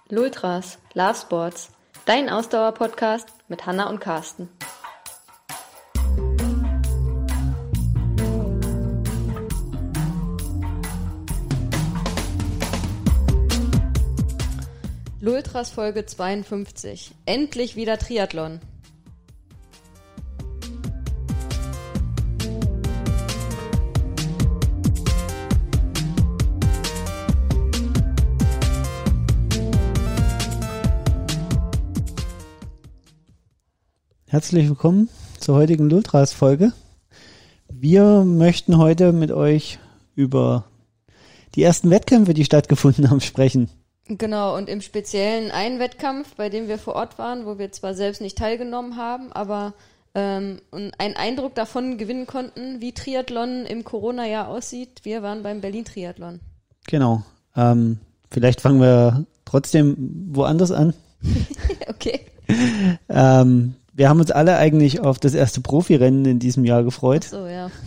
Lultras, Love Sports, dein Ausdauer-Podcast mit Hanna und Carsten. Lultras Folge 52. Endlich wieder Triathlon. Herzlich willkommen zur heutigen Lultras-Folge. Wir möchten heute mit euch über die ersten Wettkämpfe, die stattgefunden haben, sprechen. Genau, und im Speziellen einen Wettkampf, bei dem wir vor Ort waren, wo wir zwar selbst nicht teilgenommen haben, aber einen Eindruck davon gewinnen konnten, wie Triathlon im Corona-Jahr aussieht. Wir waren beim Berlin-Triathlon. Genau. Vielleicht fangen wir trotzdem woanders an. Okay. Wir haben uns alle eigentlich auf das erste Profirennen in diesem Jahr gefreut. Ach so, ja.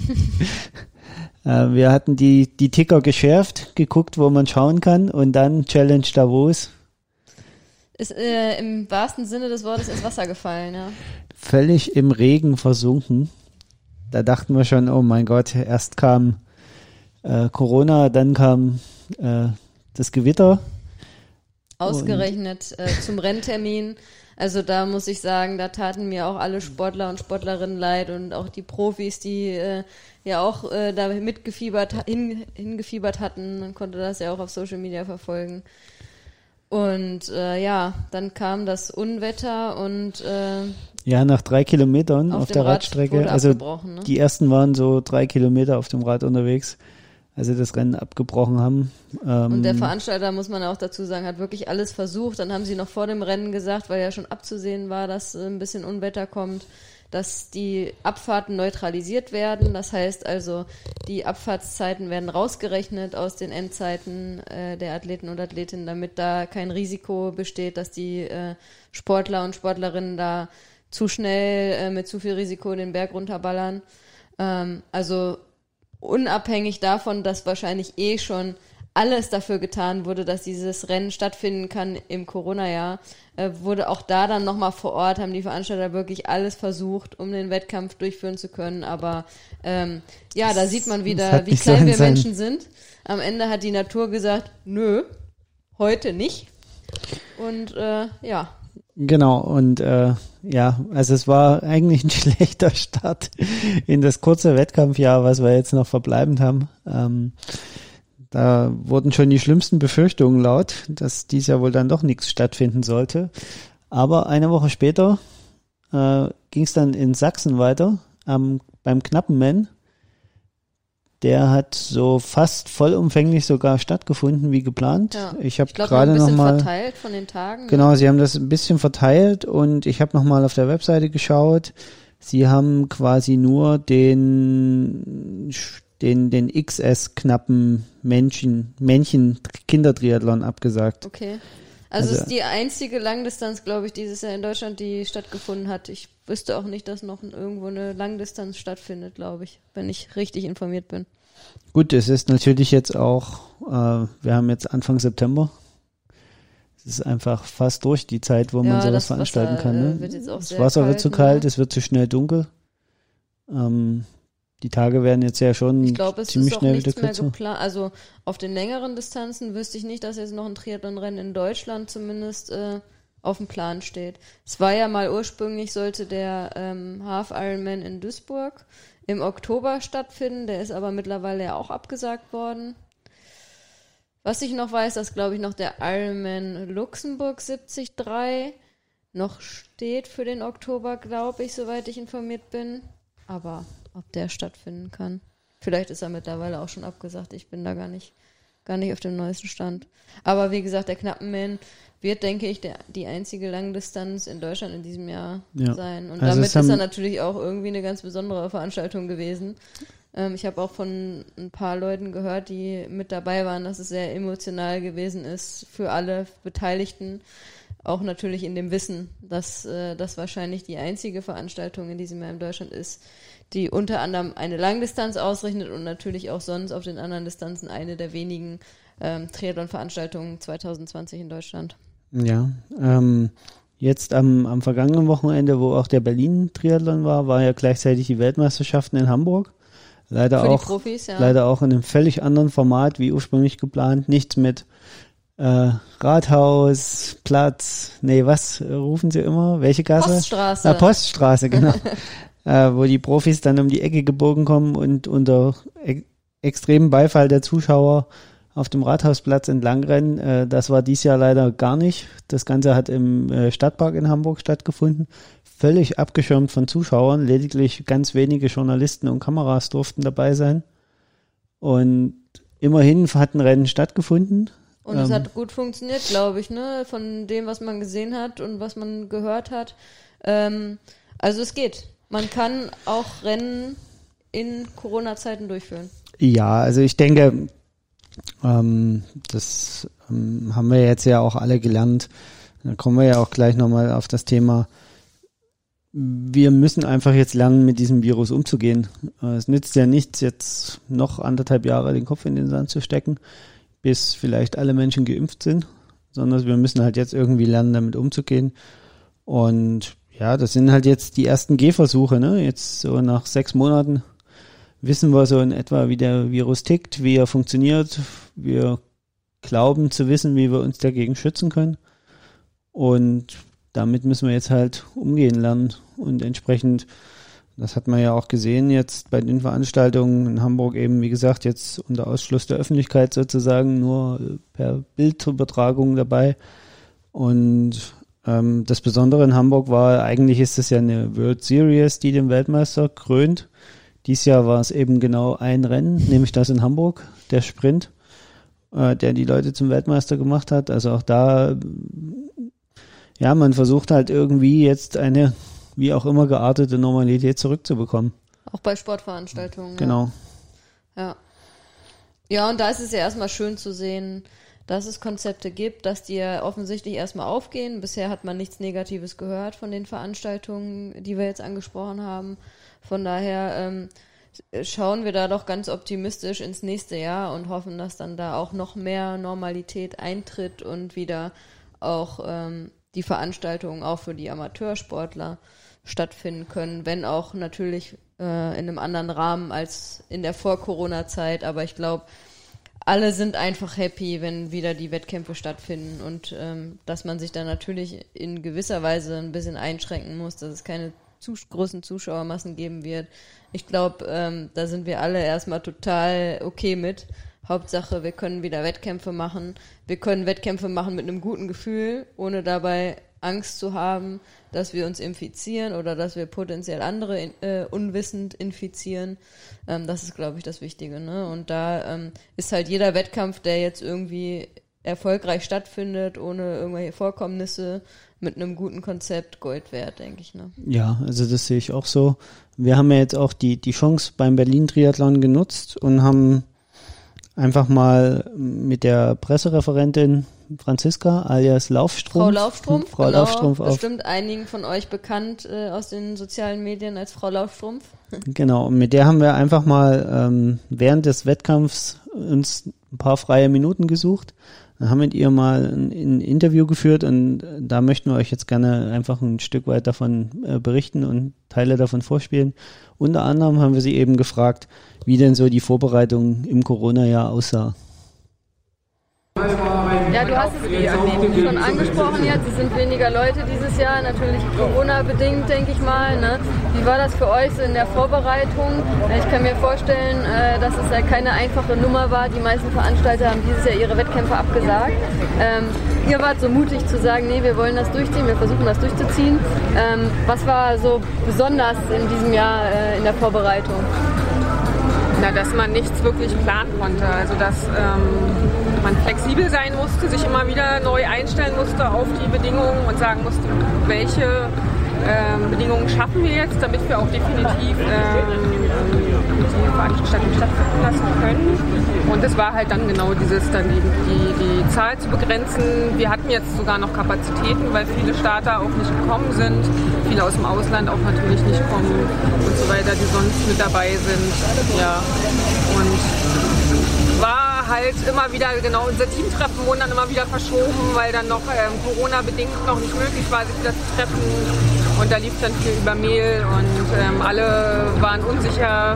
Wir hatten die Ticker geschärft, geguckt, wo man schauen kann, und dann Challenge Davos. Ist im wahrsten Sinne des Wortes ins Wasser gefallen, ja. Völlig im Regen versunken. Da dachten wir schon, oh mein Gott, erst kam Corona, dann kam das Gewitter. Ausgerechnet zum Renntermin. Also da muss ich sagen, da taten mir auch alle Sportler und Sportlerinnen leid und auch die Profis, die ja auch da hingefiebert hatten. Man konnte das ja auch auf Social Media verfolgen. Und dann kam das Unwetter und ja, nach 3 Kilometern auf der Radstrecke. Also ne? Die ersten waren so 3 Kilometer auf dem Rad unterwegs, als sie das Rennen abgebrochen haben. Und der Veranstalter, muss man auch dazu sagen, hat wirklich alles versucht. Dann haben sie noch vor dem Rennen gesagt, weil ja schon abzusehen war, dass ein bisschen Unwetter kommt, dass die Abfahrten neutralisiert werden. Das heißt also, die Abfahrtszeiten werden rausgerechnet aus den Endzeiten der Athleten und Athletinnen, damit da kein Risiko besteht, dass die Sportler und Sportlerinnen da zu schnell mit zu viel Risiko den Berg runterballern. Also unabhängig davon, dass wahrscheinlich schon alles dafür getan wurde, dass dieses Rennen stattfinden kann im Corona-Jahr, wurde auch da dann nochmal vor Ort, haben die Veranstalter wirklich alles versucht, um den Wettkampf durchführen zu können. Aber da sieht man wieder, wie klein wir Menschen sind. Am Ende hat die Natur gesagt, nö, heute nicht. Und Genau, und also es war eigentlich ein schlechter Start in das kurze Wettkampfjahr, was wir jetzt noch verbleibend haben. Da wurden schon die schlimmsten Befürchtungen laut, dass dies Jahr wohl dann doch nichts stattfinden sollte. Aber eine Woche später ging es dann in Sachsen weiter, beim Knappenman. Der hat so fast vollumfänglich sogar stattgefunden wie geplant. Ja. Ich glaube, gerade noch mal verteilt von den Tagen. Genau, sie haben das ein bisschen verteilt und ich habe nochmal auf der Webseite geschaut. Sie haben quasi nur den XS-knappen Männchen-Kindertriathlon abgesagt. Okay. Also es ist die einzige Langdistanz, glaube ich, dieses Jahr in Deutschland, die stattgefunden hat. Ich wüsste auch nicht, dass noch irgendwo eine Langdistanz stattfindet, glaube ich, wenn ich richtig informiert bin. Gut, es ist natürlich jetzt auch, wir haben jetzt Anfang September. Es ist einfach fast durch die Zeit, wo man sowas veranstalten kann. Ne? Das Wasser wird zu kalt, es wird zu schnell dunkel. Die Tage werden jetzt ja schon ich glaube, es ziemlich ist auch schnell nichts wieder mehr kürzer. geplant. Also auf den längeren Distanzen wüsste ich nicht, dass jetzt noch ein Triathlonrennen in Deutschland zumindest auf dem Plan steht. Es war ja mal ursprünglich, sollte der Half Ironman in Duisburg im Oktober stattfinden. Der ist aber mittlerweile ja auch abgesagt worden. Was ich noch weiß, dass, glaube ich, noch der Ironman Luxemburg 73 noch steht für den Oktober, glaube ich, soweit ich informiert bin. Aber ob der stattfinden kann. Vielleicht ist er mittlerweile auch schon abgesagt. Ich bin da gar nicht auf dem neuesten Stand. Aber wie gesagt, der Knappenman wird, denke ich, die einzige Langdistanz in Deutschland in diesem Jahr sein. Und also damit ist er natürlich auch irgendwie eine ganz besondere Veranstaltung gewesen. Ich habe auch von ein paar Leuten gehört, die mit dabei waren, dass es sehr emotional gewesen ist für alle Beteiligten. Auch natürlich in dem Wissen, dass das wahrscheinlich die einzige Veranstaltung in diesem Jahr in Deutschland ist, die unter anderem eine Langdistanz ausrechnet und natürlich auch sonst auf den anderen Distanzen eine der wenigen Triathlon-Veranstaltungen 2020 in Deutschland. Ja, jetzt am vergangenen Wochenende, wo auch der Berlin-Triathlon war ja gleichzeitig die Weltmeisterschaften in Hamburg. Leider Für auch, die Profis, ja. leider auch in einem völlig anderen Format wie ursprünglich geplant. Nichts mit Rathaus, Platz, was rufen sie immer? Welche Gasse? Poststraße. Poststraße, genau. Wo die Profis dann um die Ecke gebogen kommen und unter extremem Beifall der Zuschauer auf dem Rathausplatz entlangrennen. Das war dieses Jahr leider gar nicht. Das Ganze hat im Stadtpark in Hamburg stattgefunden. Völlig abgeschirmt von Zuschauern. Lediglich ganz wenige Journalisten und Kameras durften dabei sein. Und immerhin hat ein Rennen stattgefunden. Und es hat gut funktioniert, glaube ich, ne? Von dem, was man gesehen hat und was man gehört hat. Also es geht. Man kann auch Rennen in Corona-Zeiten durchführen. Ja, also ich denke, das haben wir jetzt ja auch alle gelernt. Da kommen wir ja auch gleich nochmal auf das Thema. Wir müssen einfach jetzt lernen, mit diesem Virus umzugehen. Es nützt ja nichts, jetzt noch 1,5 Jahre den Kopf in den Sand zu stecken, bis vielleicht alle Menschen geimpft sind, sondern wir müssen halt jetzt irgendwie lernen, damit umzugehen. Und ja, das sind halt jetzt die ersten Gehversuche, ne? Jetzt so nach 6 Monaten wissen wir so in etwa, wie der Virus tickt, wie er funktioniert. Wir glauben zu wissen, wie wir uns dagegen schützen können. Und damit müssen wir jetzt halt umgehen lernen. Und entsprechend, das hat man ja auch gesehen jetzt bei den Veranstaltungen in Hamburg eben, wie gesagt, jetzt unter Ausschluss der Öffentlichkeit sozusagen, nur per Bildübertragung dabei. Und das Besondere in Hamburg war, eigentlich ist es ja eine World Series, die den Weltmeister krönt. Dieses Jahr war es eben genau ein Rennen, nämlich das in Hamburg, der Sprint, der die Leute zum Weltmeister gemacht hat. Also auch da, ja, man versucht halt irgendwie jetzt eine, wie auch immer, geartete Normalität zurückzubekommen. Auch bei Sportveranstaltungen. Genau. Ja. Ja, und da ist es ja erstmal schön zu sehen, dass es Konzepte gibt, dass die ja offensichtlich erstmal aufgehen. Bisher hat man nichts Negatives gehört von den Veranstaltungen, die wir jetzt angesprochen haben. Von daher schauen wir da doch ganz optimistisch ins nächste Jahr und hoffen, dass dann da auch noch mehr Normalität eintritt und wieder auch die Veranstaltungen auch für die Amateursportler stattfinden können, wenn auch natürlich in einem anderen Rahmen als in der Vor-Corona-Zeit. Aber ich glaube, alle sind einfach happy, wenn wieder die Wettkämpfe stattfinden und dass man sich dann natürlich in gewisser Weise ein bisschen einschränken muss, dass es keine großen Zuschauermassen geben wird. Ich glaube, da sind wir alle erstmal total okay mit. Hauptsache, wir können wieder Wettkämpfe machen. Wir können Wettkämpfe machen mit einem guten Gefühl, ohne dabei Angst zu haben, dass wir uns infizieren oder dass wir potenziell andere unwissend infizieren. Das ist, glaube ich, das Wichtige, ne? Und da ist halt jeder Wettkampf, der jetzt irgendwie erfolgreich stattfindet, ohne irgendwelche Vorkommnisse, mit einem guten Konzept Gold wert, denke ich, ne? Ja, also das sehe ich auch so. Wir haben ja jetzt auch die Chance beim Berlin-Triathlon genutzt und haben einfach mal mit der Pressereferentin Franziska alias Laufstrumpf. Frau Laufstrumpf, bestimmt einigen von euch bekannt aus den sozialen Medien als Frau Laufstrumpf. Genau, und mit der haben wir einfach mal während des Wettkampfs uns ein paar freie Minuten gesucht. Dann haben wir mit ihr mal ein Interview geführt und da möchten wir euch jetzt gerne einfach ein Stück weit davon berichten und Teile davon vorspielen. Unter anderem haben wir sie eben gefragt, wie denn so die Vorbereitung im Corona-Jahr aussah. Ja, du hast es schon angesprochen jetzt, es sind weniger Leute dieses Jahr, natürlich Corona-bedingt, denke ich mal. Ne? Wie war das für euch so in der Vorbereitung? Ich kann mir vorstellen, dass es ja keine einfache Nummer war. Die meisten Veranstalter haben dieses Jahr ihre Wettkämpfe abgesagt. Ihr wart so mutig zu sagen, nee, wir wollen das durchziehen, wir versuchen das durchzuziehen. Was war so besonders in diesem Jahr in der Vorbereitung? Na, dass man nichts wirklich planen konnte, also dass man flexibel sein musste, sich immer wieder neu einstellen musste auf die Bedingungen und sagen musste, welche Bedingungen schaffen wir jetzt, damit wir auch definitiv die Veranstaltung stattfinden lassen können. Und es war halt dann genau dieses, dann die Zahl zu begrenzen. Wir hatten jetzt sogar noch Kapazitäten, weil viele Starter auch nicht gekommen sind, viele aus dem Ausland auch natürlich nicht kommen und so weiter, die sonst mit dabei sind. Ja. Und war halt immer wieder, genau, unser Teamtreffen wurden dann immer wieder verschoben, weil dann noch Corona-bedingt noch nicht möglich war, sich wieder zu treffen. Und da lief dann viel über Mail und alle waren unsicher.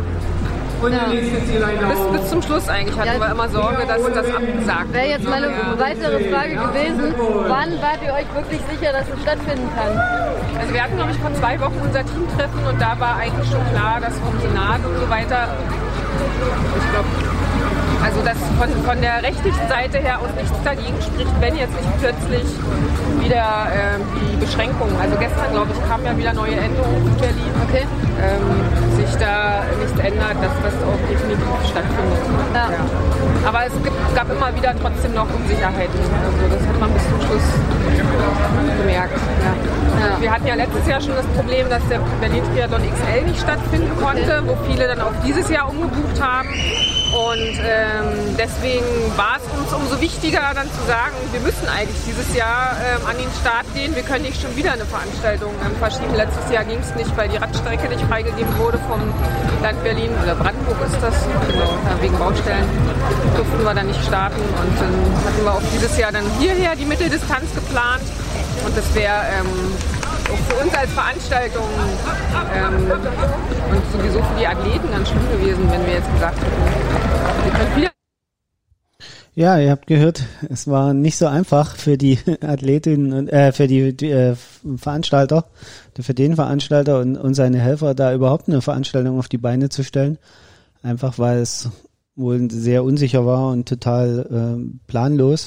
Bis zum Schluss eigentlich hatten wir immer Sorge, dass das abgesagt wird. Wäre jetzt meine weitere Frage gewesen, wann wart ihr euch wirklich sicher, dass es stattfinden kann? Also wir hatten, glaube ich, vor 2 Wochen unser Teamtreffen und da war eigentlich schon klar, dass vom Senat und so weiter, ich glaube, also dass von der rechtlichen Seite her aus nichts dagegen spricht, wenn jetzt nicht plötzlich wieder die Beschränkungen, also gestern, glaube ich, kamen ja wieder neue Änderungen in Berlin, okay. Sich da nichts ändert, dass das auch definitiv stattfindet. Ja. Ja. Aber es gab immer wieder trotzdem noch Unsicherheiten, also das hat man bis zum Schluss gemerkt. Ja. Ja. Wir hatten ja letztes Jahr schon das Problem, dass der Berlin Triathlon XL nicht stattfinden konnte, wo viele dann auch dieses Jahr umgebucht haben. Und deswegen war es uns umso wichtiger, dann zu sagen, wir müssen eigentlich dieses Jahr an den Start gehen. Wir können nicht schon wieder eine Veranstaltung verschieben. Letztes Jahr ging es nicht, weil die Radstrecke nicht freigegeben wurde vom Land Berlin oder Brandenburg ist das. Genau, wegen Baustellen durften wir dann nicht starten. Und dann hatten wir auch dieses Jahr dann hierher die Mitteldistanz geplant. Und das wäre auch für uns als Veranstaltung und sowieso für die Athleten ganz schlimm gewesen, wenn wir jetzt gesagt hätten, wir können wieder. Ja, ihr habt gehört, es war nicht so einfach für die Athletinnen und für die Veranstalter, für den Veranstalter und seine Helfer, da überhaupt eine Veranstaltung auf die Beine zu stellen. Einfach weil es wohl sehr unsicher war und total planlos.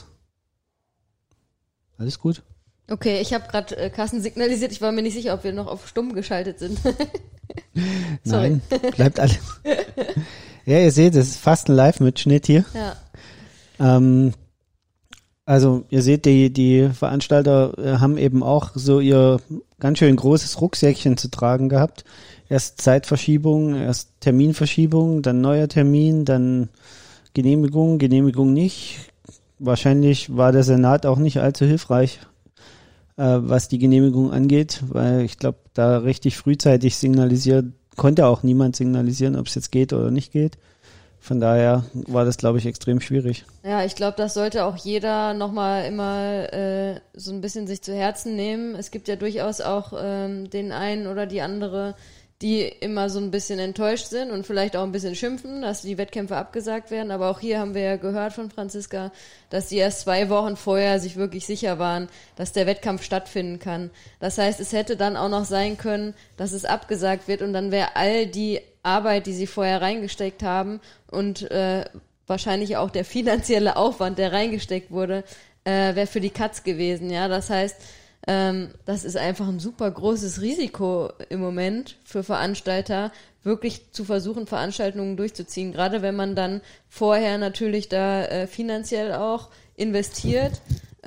Alles gut? Okay, ich habe gerade Carsten signalisiert, ich war mir nicht sicher, ob wir noch auf stumm geschaltet sind. Nein, bleibt alles. Ja, ihr seht, es ist fast ein Live-Mitschnitt hier. Ja. Also ihr seht, die Veranstalter haben eben auch so ihr ganz schön großes Rucksäckchen zu tragen gehabt. Erst Zeitverschiebung, erst Terminverschiebung, dann neuer Termin, dann Genehmigung nicht. Wahrscheinlich war der Senat auch nicht allzu hilfreich, was die Genehmigung angeht, weil ich glaube, da richtig frühzeitig konnte auch niemand signalisieren, ob es jetzt geht oder nicht geht. Von daher war das, glaube ich, extrem schwierig. Ja, ich glaube, das sollte auch jeder nochmal immer so ein bisschen sich zu Herzen nehmen. Es gibt ja durchaus auch den einen oder die andere, die immer so ein bisschen enttäuscht sind und vielleicht auch ein bisschen schimpfen, dass die Wettkämpfe abgesagt werden. Aber auch hier haben wir ja gehört von Franziska, dass die erst 2 Wochen vorher sich wirklich sicher waren, dass der Wettkampf stattfinden kann. Das heißt, es hätte dann auch noch sein können, dass es abgesagt wird und dann wäre all die Arbeit, die sie vorher reingesteckt haben und wahrscheinlich auch der finanzielle Aufwand, der reingesteckt wurde, wäre für die Katz gewesen. Ja, das heißt, das ist einfach ein super großes Risiko im Moment für Veranstalter, wirklich zu versuchen, Veranstaltungen durchzuziehen. Gerade wenn man dann vorher natürlich da finanziell auch investiert.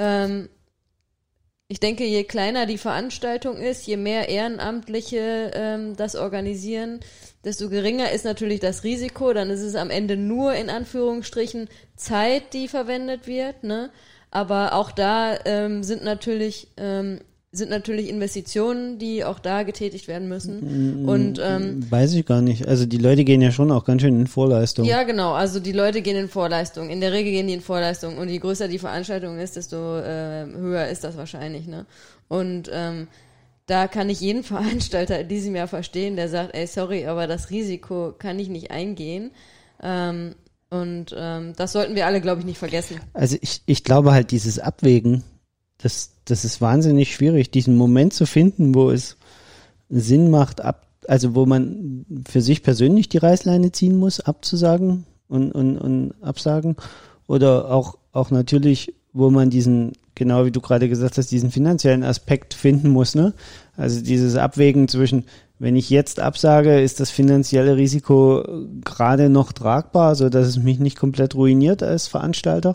Ich denke, je kleiner die Veranstaltung ist, je mehr Ehrenamtliche das organisieren, desto geringer ist natürlich das Risiko. Dann ist es am Ende nur in Anführungsstrichen Zeit, die verwendet wird, ne? Aber auch da sind natürlich Investitionen, die auch da getätigt werden müssen. Und weiß ich gar nicht. Also die Leute gehen ja schon auch ganz schön in Vorleistung. Ja, genau. Also die Leute gehen in Vorleistung. In der Regel gehen die in Vorleistung. Und je größer die Veranstaltung ist, desto höher ist das wahrscheinlich, ne? Und da kann ich jeden Veranstalter in diesem Jahr verstehen, der sagt, ey, sorry, aber das Risiko kann ich nicht eingehen. Und das sollten wir alle, glaube ich, nicht vergessen. Also ich glaube halt, dieses Abwägen, das ist wahnsinnig schwierig, diesen Moment zu finden, wo es Sinn macht, also wo man für sich persönlich die Reißleine ziehen muss, abzusagen und absagen. Oder auch natürlich, wo man diesen, genau wie du gerade gesagt hast, diesen finanziellen Aspekt finden muss, ne? Also dieses Abwägen zwischen, wenn ich jetzt absage, ist das finanzielle Risiko gerade noch tragbar, so dass es mich nicht komplett ruiniert als Veranstalter.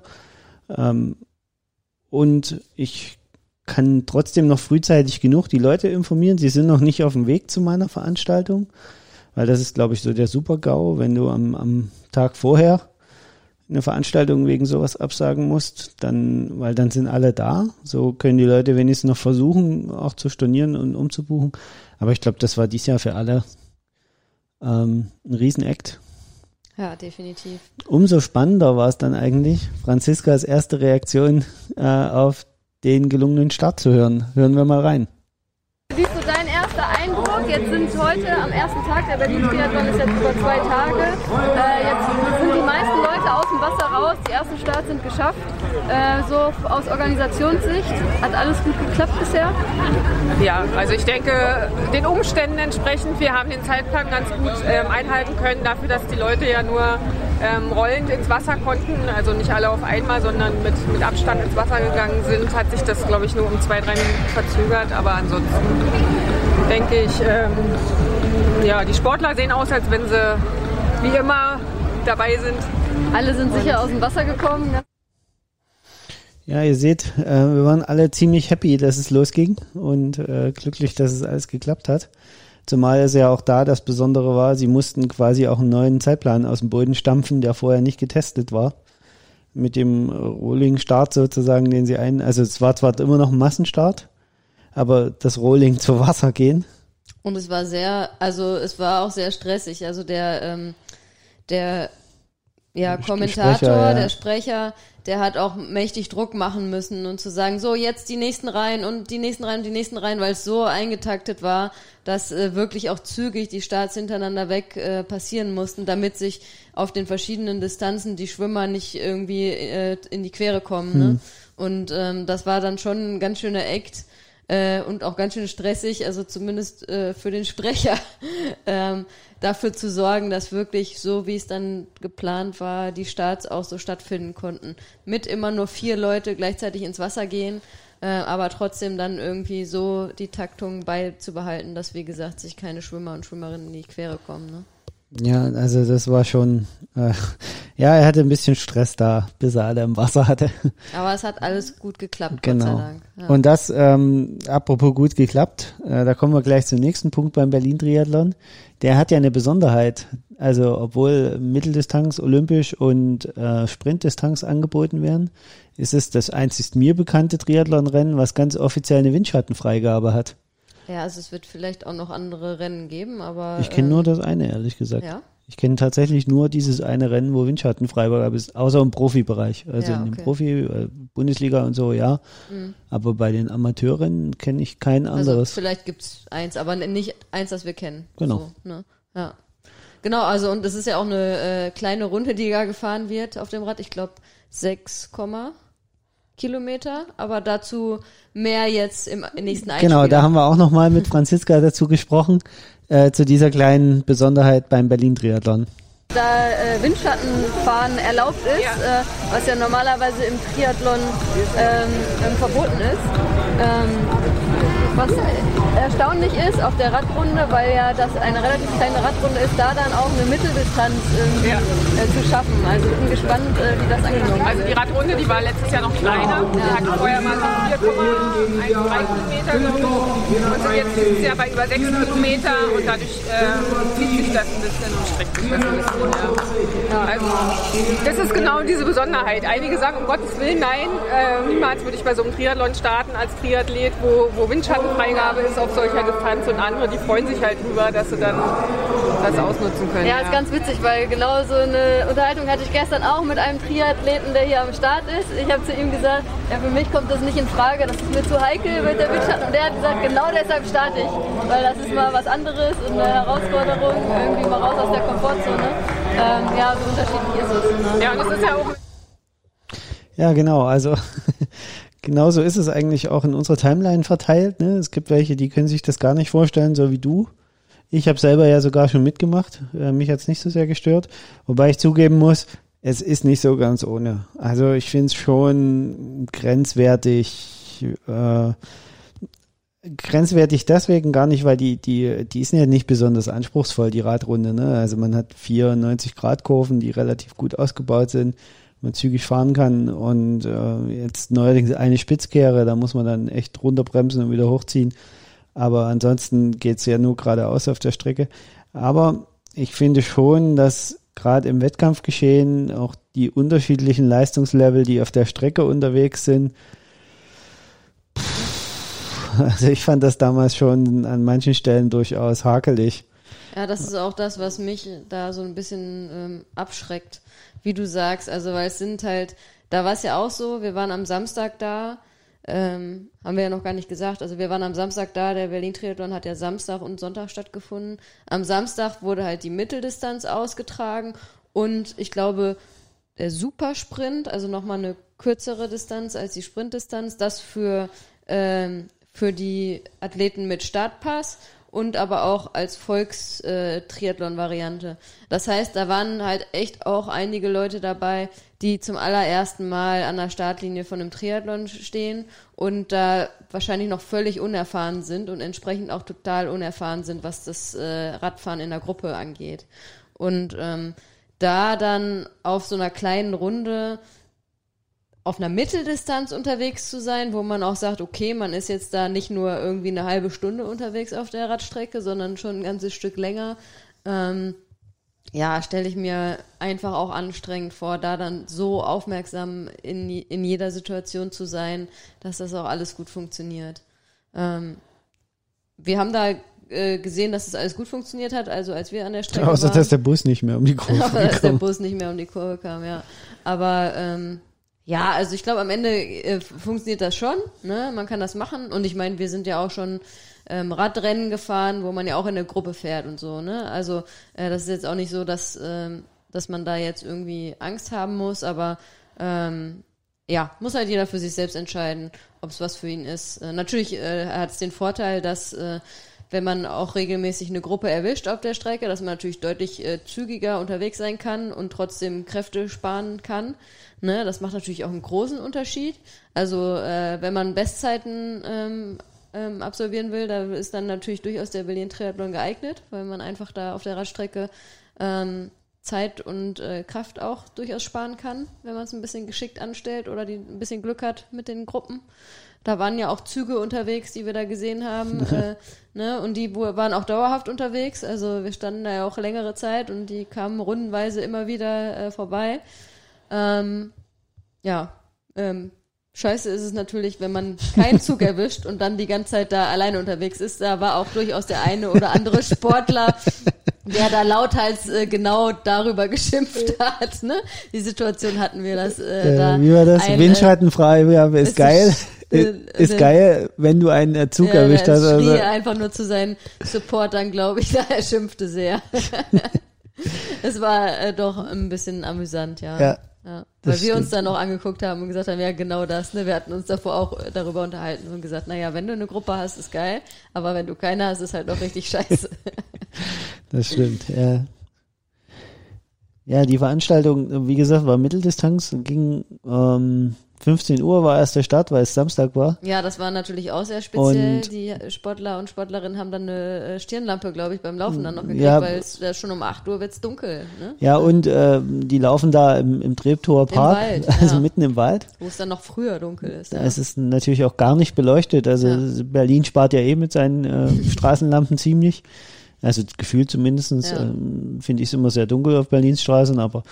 Und ich kann trotzdem noch frühzeitig genug die Leute informieren. Sie sind noch nicht auf dem Weg zu meiner Veranstaltung, weil das ist, glaube ich, so der Super-GAU, wenn du am Tag vorher eine Veranstaltung wegen sowas absagen musst, weil dann sind alle da. So können die Leute wenigstens noch versuchen, auch zu stornieren und umzubuchen. Aber ich glaube, das war dieses Jahr für alle ein Riesenakt. Ja, definitiv. Umso spannender war es dann eigentlich, Franziskas erste Reaktion auf den gelungenen Start zu hören. Hören wir mal rein. Wie ist so dein erster Eindruck? Jetzt sind heute am ersten Tag, der Berlin-Triathlon ist jetzt über 2 Tage. Jetzt sind die meisten Leute aus dem Wasser raus, die ersten Starts sind geschafft. So aus Organisationssicht, hat alles gut geklappt bisher? Ja, also ich denke, den Umständen entsprechend, wir haben den Zeitplan ganz gut einhalten können, dafür, dass die Leute ja nur rollend ins Wasser konnten, also nicht alle auf einmal, sondern mit Abstand ins Wasser gegangen sind, hat sich das, glaube ich, nur um 2-3 Minuten verzögert, aber ansonsten denke ich, ja, die Sportler sehen aus, als wenn sie wie immer dabei sind. Alle sind sicher aus dem Wasser gekommen. Ne? Ja, ihr seht, wir waren alle ziemlich happy, dass es losging und glücklich, dass es alles geklappt hat. Zumal es ja auch da das Besondere war, sie mussten quasi auch einen neuen Zeitplan aus dem Boden stampfen, der vorher nicht getestet war. Mit dem Rolling-Start sozusagen, den sie also es war zwar immer noch ein Massenstart, aber das Rolling zu Wasser gehen. Und es war es war auch sehr stressig. Also der Kommentator, der Sprecher, der hat auch mächtig Druck machen müssen und zu sagen, so jetzt die nächsten Reihen und die nächsten Reihen und die nächsten Reihen, weil es so eingetaktet war, dass wirklich auch zügig die Starts hintereinander weg passieren mussten, damit sich auf den verschiedenen Distanzen die Schwimmer nicht irgendwie in die Quere kommen. Ne? Und das war dann schon ein ganz schöner Act. Und auch ganz schön stressig, also zumindest für den Sprecher, dafür zu sorgen, dass wirklich so, wie es dann geplant war, die Starts auch so stattfinden konnten. Mit immer nur 4 Leute gleichzeitig ins Wasser gehen, aber trotzdem dann irgendwie so die Taktung beizubehalten, dass, wie gesagt, sich keine Schwimmer und Schwimmerinnen in die Quere kommen. Ne? Ja, also das war schon, er hatte ein bisschen Stress da, bis er alle im Wasser hatte. Aber es hat alles gut geklappt, genau. Gott sei Dank. Ja. Und das, apropos gut geklappt, da kommen wir gleich zum nächsten Punkt beim Berlin-Triathlon. Der hat ja eine Besonderheit, also obwohl Mitteldistanz, Olympisch und Sprintdistanz angeboten werden, ist es das einzig mir bekannte Triathlon-Rennen, was ganz offiziell eine Windschattenfreigabe hat. Ja, also es wird vielleicht auch noch andere Rennen geben, aber... Ich kenne nur das eine, ehrlich gesagt. Ja? Ich kenne tatsächlich nur dieses eine Rennen, wo Windschattenfreigabe ist, außer im Profibereich. Also ja, okay. in dem Profi, Bundesliga und so, ja. Aber bei den Amateurinnen kenne ich kein anderes. Also vielleicht gibt's eins, aber nicht eins, das wir kennen. Genau. So, ne? Ja. Genau, also und es ist ja auch eine kleine Runde, die da gefahren wird auf dem Rad. Ich glaube 6, Kilometer, aber dazu mehr jetzt im nächsten Einspieler. Genau, da haben wir auch nochmal mit Franziska dazu gesprochen, zu dieser kleinen Besonderheit beim Berlin-Triathlon. Da Windschattenfahren erlaubt ist, was ja normalerweise im Triathlon verboten ist. Was erstaunlich ist auf der Radrunde, weil ja das eine relativ kleine Radrunde ist, da dann auch eine Mitteldistanz zu schaffen. Also ich bin gespannt, wie das angenommen wird. Also die Radrunde, die war letztes Jahr noch kleiner. Die hatte vorher mal so 4,13 Kilometer genommen und sind jetzt dieses Jahr bei über 6 Kilometer und dadurch zieht sich das ein bisschen und streckt sich das ein bisschen. Ja. Also das ist genau diese Besonderheit. Einige sagen, um Gottes Willen, nein, niemals würde ich bei so einem Triathlon starten als Triathlet, wo Windschattenfreigabe ist auf solcher Distanz und andere, die freuen sich halt drüber, dass sie dann das ausnutzen können. Ja, ist ganz witzig, weil genau so eine Unterhaltung hatte ich gestern auch mit einem Triathleten, der hier am Start ist. Ich habe zu ihm gesagt, ja, für mich kommt das nicht in Frage, das ist mir zu heikel mit der Windschatten. Und der hat gesagt, genau deshalb starte ich, weil das ist mal was anderes und eine Herausforderung, irgendwie mal raus aus der Komfortzone. Ja, so unterschiedlich ist es. Ne? Ja, und das ist ja auch... Ja, genau, also genauso ist es eigentlich auch in unserer Timeline verteilt. Ne? Es gibt welche, die können sich das gar nicht vorstellen, so wie du. Ich habe selber ja sogar schon mitgemacht. Mich hat's nicht so sehr gestört. Wobei ich zugeben muss, es ist nicht so ganz ohne. Also ich finde es schon grenzwertig. Grenzwertig deswegen gar nicht, weil die ist ja nicht besonders anspruchsvoll, die Radrunde. Ne? Also man hat 94 Grad Kurven, die relativ gut ausgebaut sind, man zügig fahren kann und jetzt neuerdings eine Spitzkehre, da muss man dann echt runterbremsen und wieder hochziehen. Aber ansonsten geht's ja nur geradeaus auf der Strecke. Aber ich finde schon, dass gerade im Wettkampfgeschehen auch die unterschiedlichen Leistungslevel, die auf der Strecke unterwegs sind, also ich fand das damals schon an manchen Stellen durchaus hakelig. Ja, das ist auch das, was mich da so ein bisschen abschreckt, wie du sagst. Also, weil es sind halt, da war es ja auch so, wir waren am Samstag da, haben wir ja noch gar nicht gesagt. Also wir waren am Samstag da, der Berlin-Triathlon hat ja Samstag und Sonntag stattgefunden. Am Samstag wurde halt die Mitteldistanz ausgetragen und ich glaube, der Supersprint, also nochmal eine kürzere Distanz als die Sprintdistanz, das für die Athleten mit Startpass und aber auch als Volkstriathlon-Variante. Das heißt, da waren halt echt auch einige Leute dabei, die zum allerersten Mal an der Startlinie von einem Triathlon stehen und da wahrscheinlich noch völlig unerfahren sind und entsprechend auch total unerfahren sind, was das Radfahren in der Gruppe angeht. Und da dann auf so einer kleinen Runde auf einer Mitteldistanz unterwegs zu sein, wo man auch sagt, okay, man ist jetzt da nicht nur irgendwie eine halbe Stunde unterwegs auf der Radstrecke, sondern schon ein ganzes Stück länger, stelle ich mir einfach auch anstrengend vor, da dann so aufmerksam in jeder Situation zu sein, dass das auch alles gut funktioniert. Wir haben da gesehen, dass das alles gut funktioniert hat, also als wir an der Strecke außer waren. Dass der Bus nicht mehr um die Kurve kam. Dass der Bus nicht mehr um die Kurve kam, ja. Aber also ich glaube, am Ende funktioniert das schon, ne? Man kann das machen und ich meine, wir sind ja auch schon Radrennen gefahren, wo man ja auch in der Gruppe fährt und so, ne? Also das ist jetzt auch nicht so, dass man da jetzt irgendwie Angst haben muss, aber muss halt jeder für sich selbst entscheiden, ob es was für ihn ist. Natürlich hat es den Vorteil, dass wenn man auch regelmäßig eine Gruppe erwischt auf der Strecke, dass man natürlich deutlich zügiger unterwegs sein kann und trotzdem Kräfte sparen kann. Ne? Das macht natürlich auch einen großen Unterschied. Also wenn man Bestzeiten absolvieren will, da ist dann natürlich durchaus der Berlin-Triathlon geeignet, weil man einfach da auf der Radstrecke Zeit und Kraft auch durchaus sparen kann, wenn man es ein bisschen geschickt anstellt oder ein bisschen Glück hat mit den Gruppen. Da waren ja auch Züge unterwegs, die wir da gesehen haben, ne? Und die waren auch dauerhaft unterwegs. Also wir standen da ja auch längere Zeit und die kamen rundenweise immer wieder vorbei. Scheiße ist es natürlich, wenn man keinen Zug erwischt und dann die ganze Zeit da alleine unterwegs ist. Da war auch durchaus der eine oder andere Sportler, der da lauthals genau darüber geschimpft hat. Ne? Die Situation hatten wir das da. Wie war das? Windschattenfrei, ist geil. Ist geil, wenn du einen Zug erwischt hast. Er schrie einfach nur zu seinen Supportern, glaube ich, er schimpfte sehr. Es war doch ein bisschen amüsant, ja. Weil wir uns dann auch angeguckt haben und gesagt haben, ja genau das, ne? Wir hatten uns davor auch darüber unterhalten und gesagt, naja, wenn du eine Gruppe hast, ist geil, aber wenn du keine hast, ist halt doch richtig scheiße. Das stimmt, ja. Ja, die Veranstaltung, wie gesagt, war Mitteldistanz, ging 15 Uhr war erst der Start, weil es Samstag war. Ja, das war natürlich auch sehr speziell. Und die Sportler und Sportlerinnen haben dann eine Stirnlampe, glaube ich, beim Laufen dann noch gekriegt, weil es schon um 8 Uhr wird's dunkel. Ne? Ja, und die laufen da im Treptower Park, also mitten im Wald. Wo es dann noch früher dunkel ist. Da ist es natürlich auch gar nicht beleuchtet. Also Berlin spart ja mit seinen Straßenlampen ziemlich. Also gefühlt zumindestens finde ich es immer sehr dunkel auf Berlins Straßen, aber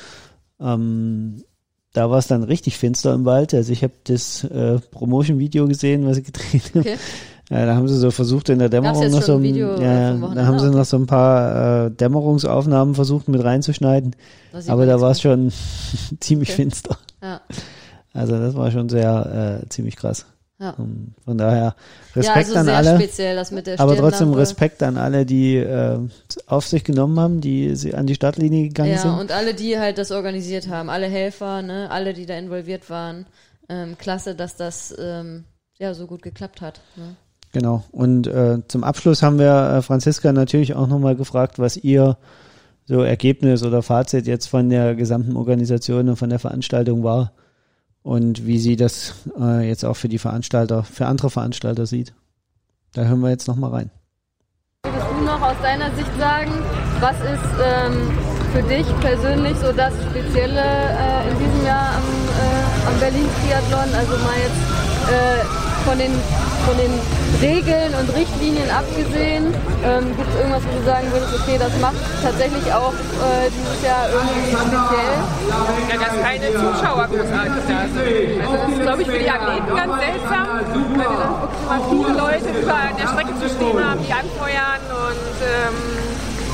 da war es dann richtig finster im Wald. Also ich habe das Promotion-Video gesehen, was sie gedreht haben. Okay. Ja, da haben sie so versucht in der Dämmerung noch so da haben sie noch so ein paar Dämmerungsaufnahmen versucht mit reinzuschneiden. Aber da war es schon ziemlich finster. Ja. Also das war schon sehr ziemlich krass. Ja. Von daher Respekt an alle. Speziell, das mit der aber trotzdem Respekt an alle, die auf sich genommen haben, die an die Startlinie gegangen sind. Ja, und alle, die halt das organisiert haben, alle Helfer, ne, alle, die da involviert waren. Klasse, dass das so gut geklappt hat. Ne? Genau. Und zum Abschluss haben wir Franziska natürlich auch nochmal gefragt, was ihr so Ergebnis oder Fazit jetzt von der gesamten Organisation und von der Veranstaltung war. Und wie sie das jetzt auch für andere Veranstalter sieht. Da hören wir jetzt nochmal rein. Würdest du noch aus deiner Sicht sagen, was ist für dich persönlich so das Spezielle in diesem Jahr am Berlin-Triathlon? Also mal jetzt von den Regeln und Richtlinien abgesehen, gibt es irgendwas, wo du sagen würdest, okay, das macht tatsächlich auch dieses Jahr irgendwie speziell? Ja, dass keine Zuschauer großartig da sind. Also das ist, glaube ich, für die Athleten ganz seltsam, weil wir dann wirklich mal viele Leute über an der Strecke zu stehen haben, die anfeuern und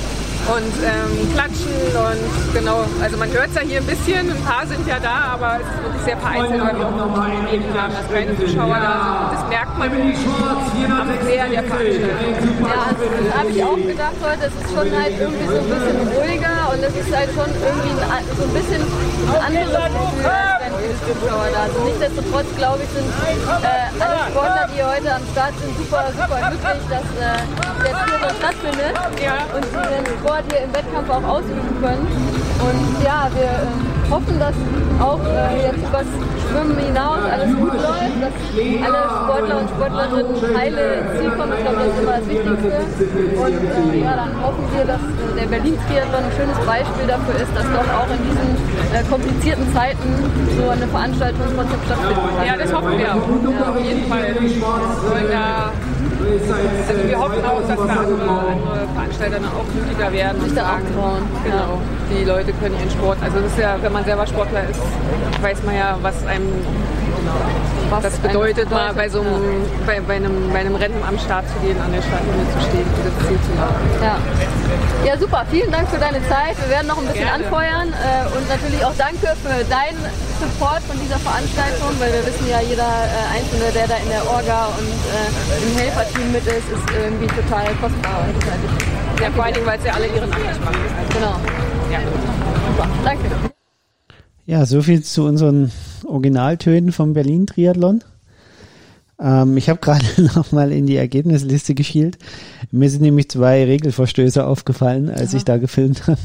und klatschen und genau, also man hört es ja hier ein bisschen, ein paar sind ja da, aber es ist wirklich sehr vereinzelt, weil wir auch gegeben haben, dass keine Zuschauer da sind und das merkt man am Flair der Veranstaltung. Ja, also das habe ich auch gedacht heute, es ist schon halt irgendwie so ein bisschen ruhiger und es ist halt schon irgendwie so ein bisschen ein anderes Gefühl, als wenn viele Zuschauer da sind. Nichtsdestotrotz, glaube ich, sind alle Sportler, die heute am Start sind, super, super glücklich, dass der Triathlon stattfindet und sie den Sport hier im Wettkampf auch ausüben können. Und ja, wir hoffen, dass auch jetzt über das Schwimmen hinaus alles gut läuft, dass alle Sportler und Sportlerinnen heile ins Ziel kommen. Ich glaube, das ist immer das Wichtigste. Und ja, dann hoffen wir, dass der Berlin-Triathlon ein schönes Beispiel dafür ist, dass doch auch in diesen komplizierten Zeiten so eine Veranstaltung trotzdem stattfinden kann. Ja, das hoffen wir auch. Ja, auf jeden Fall. Also wir hoffen auch, dass da andere Veranstalter dann auch mutiger werden. Sich dann auch trauen. Genau. Die Leute können ihren Sport. Also das ist ja, wenn man selber Sportler ist, weiß man ja, was einem das bedeutet, mal bei so einem, bei einem Rennen am Start zu gehen, an der Startlinie zu stehen und das Ziel zu machen. Ja, super. Vielen Dank für deine Zeit. Wir werden noch ein bisschen anfeuern und natürlich auch danke für deinen Support von dieser Veranstaltung, weil wir wissen ja, jeder Einzelne, der da in der Orga und im Helferteam mit ist irgendwie total kostbar und total wichtig. Ja, vor allen Dingen, weil es ja alle ehrenamtlich machen. Genau. Ja. Super. Danke. Ja, soviel zu unseren Originaltönen vom Berlin-Triathlon. Ich habe gerade noch mal in die Ergebnisliste geschielt. Mir sind nämlich 2 Regelverstöße aufgefallen, als ich da gefilmt habe.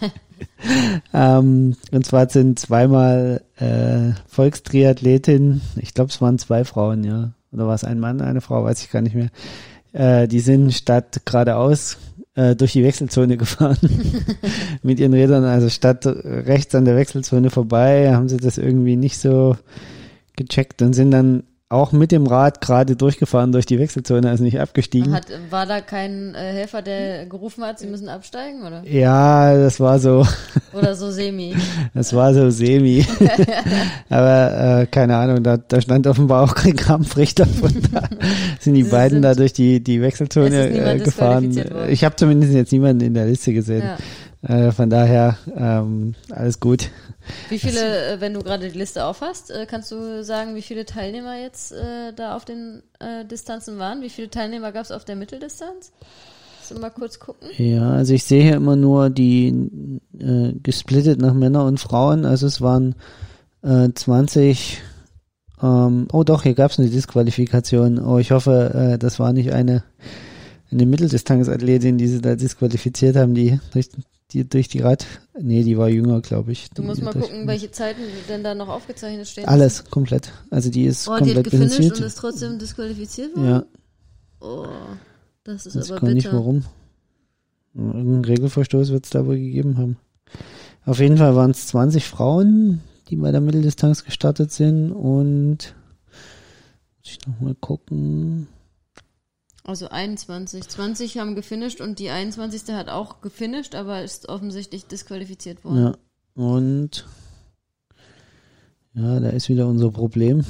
Und zwar sind zweimal Volkstriathletin, ich glaube es waren 2 Frauen, ja. Oder war es ein Mann, eine Frau, weiß ich gar nicht mehr. Die sind statt geradeaus durch die Wechselzone gefahren mit ihren Rädern, also statt rechts an der Wechselzone vorbei, haben sie das irgendwie nicht so gecheckt und sind dann auch mit dem Rad gerade durchgefahren durch die Wechselzone, also nicht abgestiegen. War da kein Helfer, der gerufen hat, sie müssen absteigen, oder? Ja, das war so. Oder so semi. Das war so semi. Aber keine Ahnung, da stand offenbar auch kein Kampfrichter. Von da sind die beiden da durch die Wechselzone gefahren. Ich habe zumindest jetzt niemanden in der Liste gesehen. Ja. Von daher alles gut. Wie viele, wenn du gerade die Liste aufhast, kannst du sagen, wie viele Teilnehmer jetzt da auf den Distanzen waren? Wie viele Teilnehmer gab es auf der Mitteldistanz? Willst du mal kurz gucken? Ja, also ich sehe hier immer nur die gesplittet nach Männer und Frauen. Also es waren 20. Oh doch, hier gab es eine Disqualifikation. Oh, ich hoffe, das war nicht eine Mitteldistanzathletin, die sie da disqualifiziert haben, die durch die Rad... Nee, die war jünger, glaube ich. Du musst mal gucken, welche Zeiten denn da noch aufgezeichnet stehen. Alles, komplett. Also die ist komplett die hat gefinisht bilanziert. Und ist trotzdem disqualifiziert worden? Ja. Oh, das ist aber bitter. Ich weiß nicht warum. Irgendeinen Regelverstoß wird es da wohl gegeben haben. Auf jeden Fall waren es 20 Frauen, die bei der Mitteldistanz gestartet sind und muss ich nochmal gucken... Also 21. 20 haben gefinisht und die 21. hat auch gefinisht, aber ist offensichtlich disqualifiziert worden. Ja, und ja, da ist wieder unser Problem.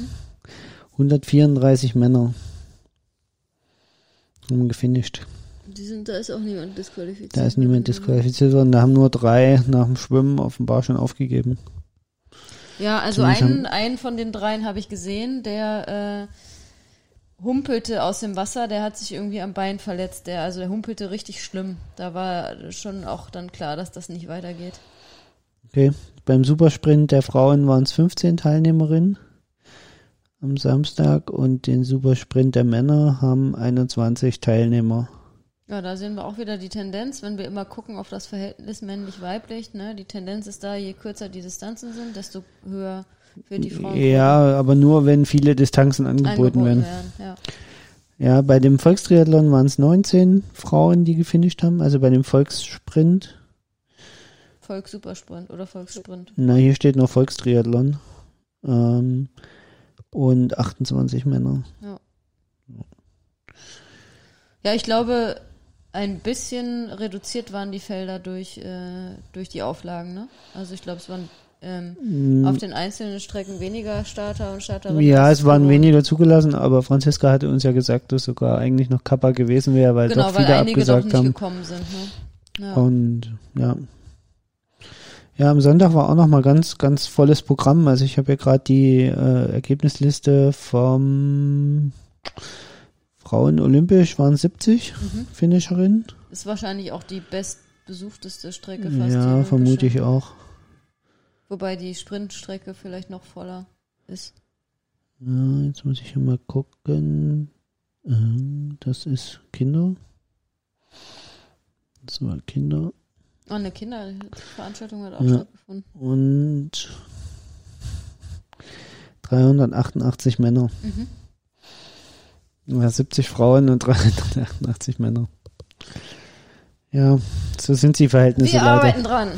134 Männer haben gefinisht. Da ist auch niemand disqualifiziert. Da ist niemand disqualifiziert worden. Da haben nur 3 nach dem Schwimmen offenbar schon aufgegeben. Ja, also einen von den 3 habe ich gesehen, der humpelte aus dem Wasser, der hat sich irgendwie am Bein verletzt, der humpelte richtig schlimm. Da war schon auch dann klar, dass das nicht weitergeht. Okay, beim Supersprint der Frauen waren es 15 Teilnehmerinnen am Samstag und den Supersprint der Männer haben 21 Teilnehmer. Ja, da sehen wir auch wieder die Tendenz, wenn wir immer gucken auf das Verhältnis männlich-weiblich, ne? Die Tendenz ist da, je kürzer die Distanzen sind, desto höher für die Frauen. Ja, aber nur, wenn viele Distanzen angeboten werden. Ja, bei dem Volkstriathlon waren es 19 Frauen, die gefinisht haben, also bei dem Volkssprint. Volkssupersprint oder Volkssprint. Na, hier steht noch Volkstriathlon. Und 28 Männer. Ja, ich glaube, ein bisschen reduziert waren die Felder durch die Auflagen, ne? Also ich glaube, es waren auf den einzelnen Strecken weniger Starter und Starterinnen. Ja, es waren weniger zugelassen, aber Franziska hatte uns ja gesagt, dass sogar eigentlich noch Kappa gewesen wäre, weil doch viele abgesagt haben. Gekommen sind, ne? Ja. Und ja. Ja, am Sonntag war auch nochmal ganz, ganz volles Programm. Also ich habe ja gerade die Ergebnisliste vom Frauen olympisch waren 70 Finisherinnen. Ist wahrscheinlich auch die bestbesuchteste Strecke fast. Ja, vermute ich auch. Wobei die Sprintstrecke vielleicht noch voller ist. Ja, jetzt muss ich hier mal gucken. Das ist Kinder. Das war Kinder. Oh, eine Kinderveranstaltung hat auch stattgefunden. Und 388 Männer. Ja, 70 Frauen und 388 Männer. Ja, so sind die Verhältnisse Wir leider. arbeiten dran.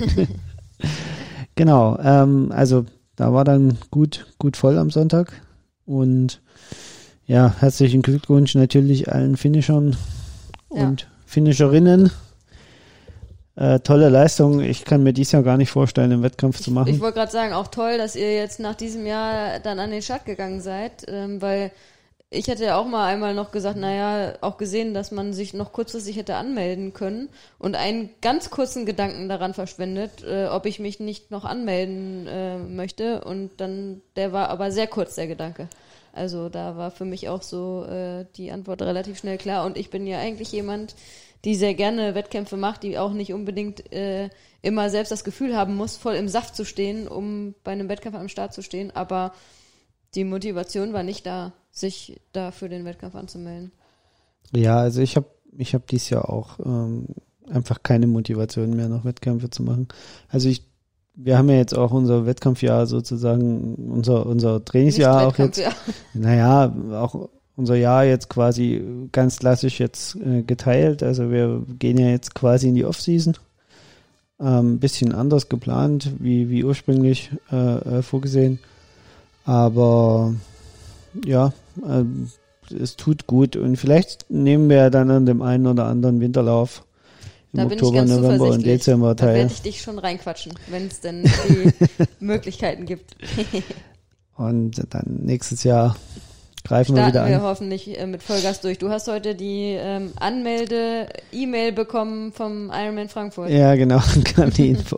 Genau, also da war dann gut voll am Sonntag. Und ja, herzlichen Glückwunsch natürlich allen Finishern und Finisherinnen. Tolle Leistung. Ich kann mir dies Jahr gar nicht vorstellen, einen Wettkampf zu machen. Ich wollte gerade sagen, auch toll, dass ihr jetzt nach diesem Jahr dann an den Start gegangen seid, weil ich hätte ja auch mal einmal noch gesagt, auch gesehen, dass man sich noch kurzfristig hätte anmelden können und einen ganz kurzen Gedanken daran verschwendet, ob ich mich nicht noch anmelden möchte, und dann, der war aber sehr kurz, der Gedanke. Also da war für mich auch so die Antwort relativ schnell klar, und ich bin ja eigentlich jemand, die sehr gerne Wettkämpfe macht, die auch nicht unbedingt immer selbst das Gefühl haben muss, voll im Saft zu stehen, um bei einem Wettkampf am Start zu stehen, aber die Motivation war nicht da, sich da für den Wettkampf anzumelden. Ja, also ich hab dieses Jahr auch einfach keine Motivation mehr, noch Wettkämpfe zu machen. Also wir haben ja jetzt auch unser Wettkampfjahr sozusagen, unser Trainingsjahr auch jetzt. Naja, auch unser Jahr jetzt quasi ganz klassisch jetzt geteilt. Also wir gehen ja jetzt quasi in die Offseason. Ein bisschen anders geplant, wie ursprünglich vorgesehen. Aber ja, es tut gut. Und vielleicht nehmen wir ja dann an dem einen oder anderen Winterlauf im Oktober, November und Dezember teil. Da werde ich dich schon reinquatschen, wenn es denn die Möglichkeiten gibt. Und dann nächstes Jahr greifen wir wieder an. Starten wir hoffentlich mit Vollgas durch. Du hast heute die Anmelde-E-Mail bekommen vom Ironman Frankfurt. Ja, genau, kam die Info,